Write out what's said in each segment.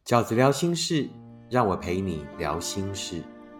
饺子聊心事，让我陪你聊心事。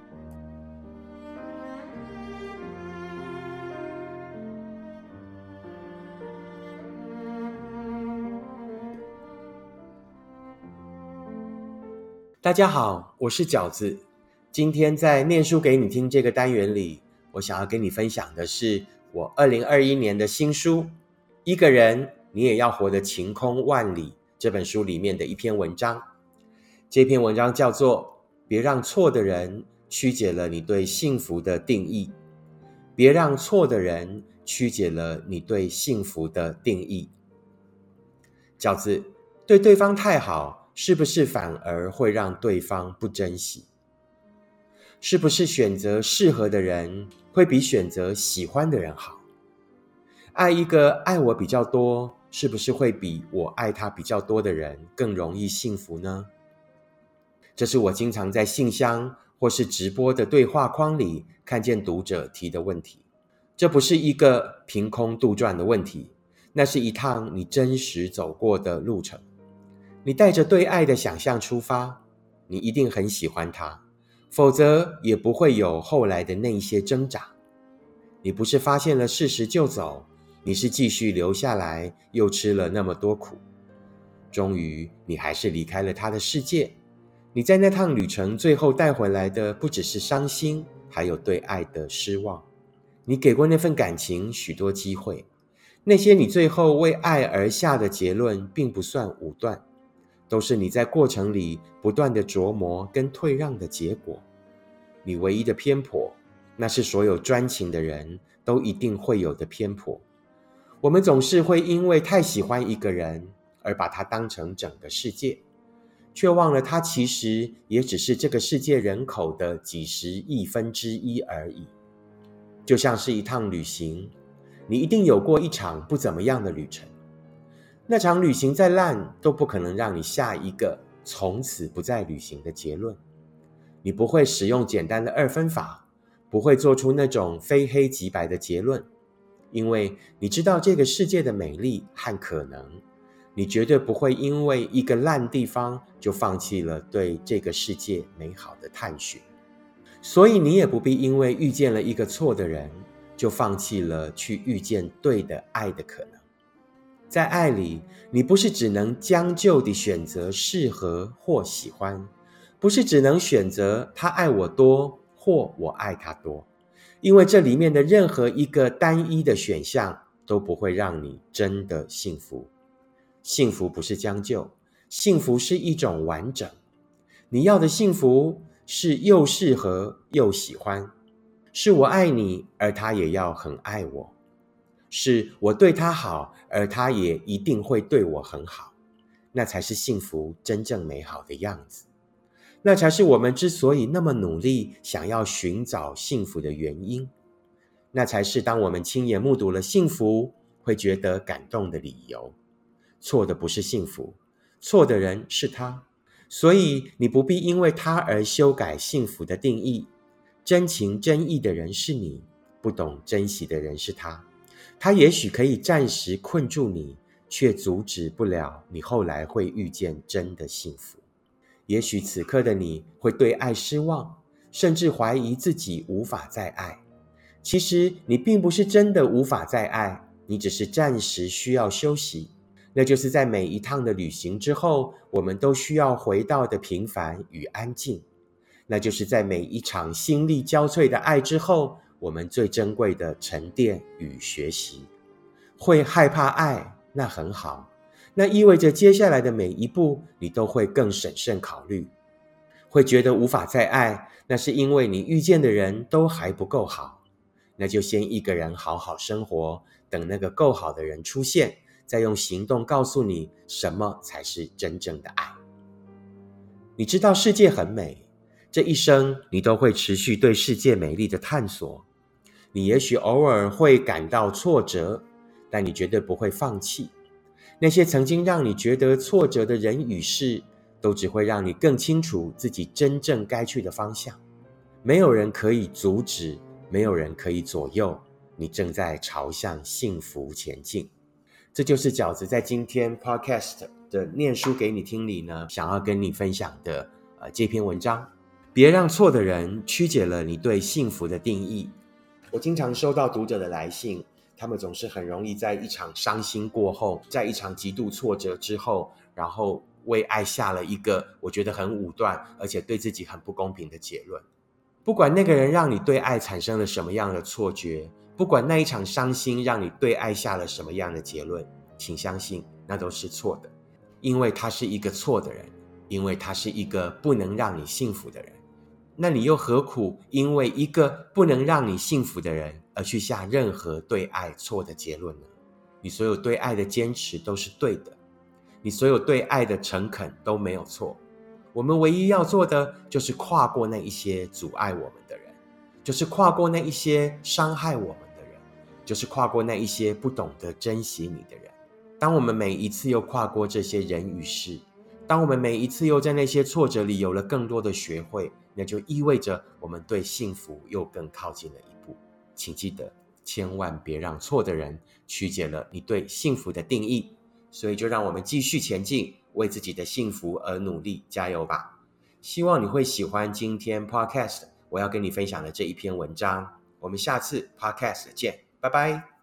大家好，我是饺子。今天在念书给你听这个单元里，我想要跟你分享的是我2021年的新书《一个人你也要活得晴空万里》这本书里面的一篇文章。这篇文章叫做别让错的人曲解了你对幸福的定义。别让错的人曲解了你对幸福的定义。饺子，对对方太好，是不是反而会让对方不珍惜？是不是选择适合的人会比选择喜欢的人好？爱一个爱我比较多，是不是会比我爱他比较多的人更容易幸福呢？这是我经常在信箱或是直播的对话框里看见读者提的问题。这不是一个凭空杜撰的问题，那是一趟你真实走过的路程。你带着对爱的想象出发，你一定很喜欢他，否则也不会有后来的那一些挣扎。你不是发现了事实就走，你是继续留下来，又吃了那么多苦。终于，你还是离开了他的世界。你在那趟旅程最后带回来的不只是伤心，还有对爱的失望。你给过那份感情许多机会，那些你最后为爱而下的结论并不算武断，都是你在过程里不断的琢磨跟退让的结果。你唯一的偏颇，那是所有专情的人都一定会有的偏颇。我们总是会因为太喜欢一个人而把他当成整个世界，却忘了他其实也只是这个世界人口的几十亿分之一而已。就像是一趟旅行，你一定有过一场不怎么样的旅程。那场旅行再烂，都不可能让你下一个从此不再旅行的结论。你不会使用简单的二分法，不会做出那种非黑即白的结论，因为你知道这个世界的美丽和可能。你绝对不会因为一个烂地方就放弃了对这个世界美好的探寻。所以你也不必因为遇见了一个错的人，就放弃了去遇见对的爱的可能。在爱里，你不是只能将就地选择适合或喜欢，不是只能选择他爱我多或我爱他多，因为这里面的任何一个单一的选项都不会让你真的幸福。幸福不是将就，幸福是一种完整。你要的幸福是又适合又喜欢，是我爱你，而他也要很爱我，是我对他好，而他也一定会对我很好，那才是幸福真正美好的样子。那才是我们之所以那么努力想要寻找幸福的原因，那才是当我们亲眼目睹了幸福会觉得感动的理由。错的不是幸福，错的人是他，所以你不必因为他而修改幸福的定义。真情真意的人是你，不懂珍惜的人是他。他也许可以暂时困住你，却阻止不了你后来会遇见真的幸福。也许此刻的你会对爱失望，甚至怀疑自己无法再爱。其实你并不是真的无法再爱，你只是暂时需要休息。那就是在每一趟的旅行之后，我们都需要回到的平凡与安静。那就是在每一场心力交瘁的爱之后，我们最珍贵的沉淀与学习。会害怕爱，那很好，那意味着接下来的每一步你都会更审慎考虑。会觉得无法再爱，那是因为你遇见的人都还不够好。那就先一个人好好生活，等那个够好的人出现，再用行动告诉你什么才是真正的爱。你知道世界很美，这一生你都会持续对世界美丽的探索。你也许偶尔会感到挫折，但你绝对不会放弃。那些曾经让你觉得挫折的人与事，都只会让你更清楚自己真正该去的方向。没有人可以阻止，没有人可以左右，你正在朝向幸福前进。这就是饺子在今天 podcast 的念书给你听里呢，想要跟你分享的这篇文章。别让错的人曲解了你对幸福的定义。我经常收到读者的来信，他们总是很容易在一场伤心过后，在一场极度挫折之后，然后为爱下了一个我觉得很武断而且对自己很不公平的结论。不管那个人让你对爱产生了什么样的错觉，不管那一场伤心让你对爱下了什么样的结论，请相信那都是错的，因为他是一个错的人，因为他是一个不能让你幸福的人。那你又何苦因为一个不能让你幸福的人而去下任何对爱错的结论呢？你所有对爱的坚持都是对的，你所有对爱的诚恳都没有错。我们唯一要做的就是跨过那一些阻碍我们的人，就是跨过那一些伤害我们的人，就是跨过那一些不懂得珍惜你的人。当我们每一次又跨过这些人与事，当我们每一次又在那些挫折里有了更多的学会，那就意味着我们对幸福又更靠近了一步。请记得，千万别让错的人曲解了你对幸福的定义。所以就让我们继续前进，为自己的幸福而努力，加油吧！希望你会喜欢今天 Podcast 我要跟你分享的这一篇文章。我们下次 Podcast 见，拜拜。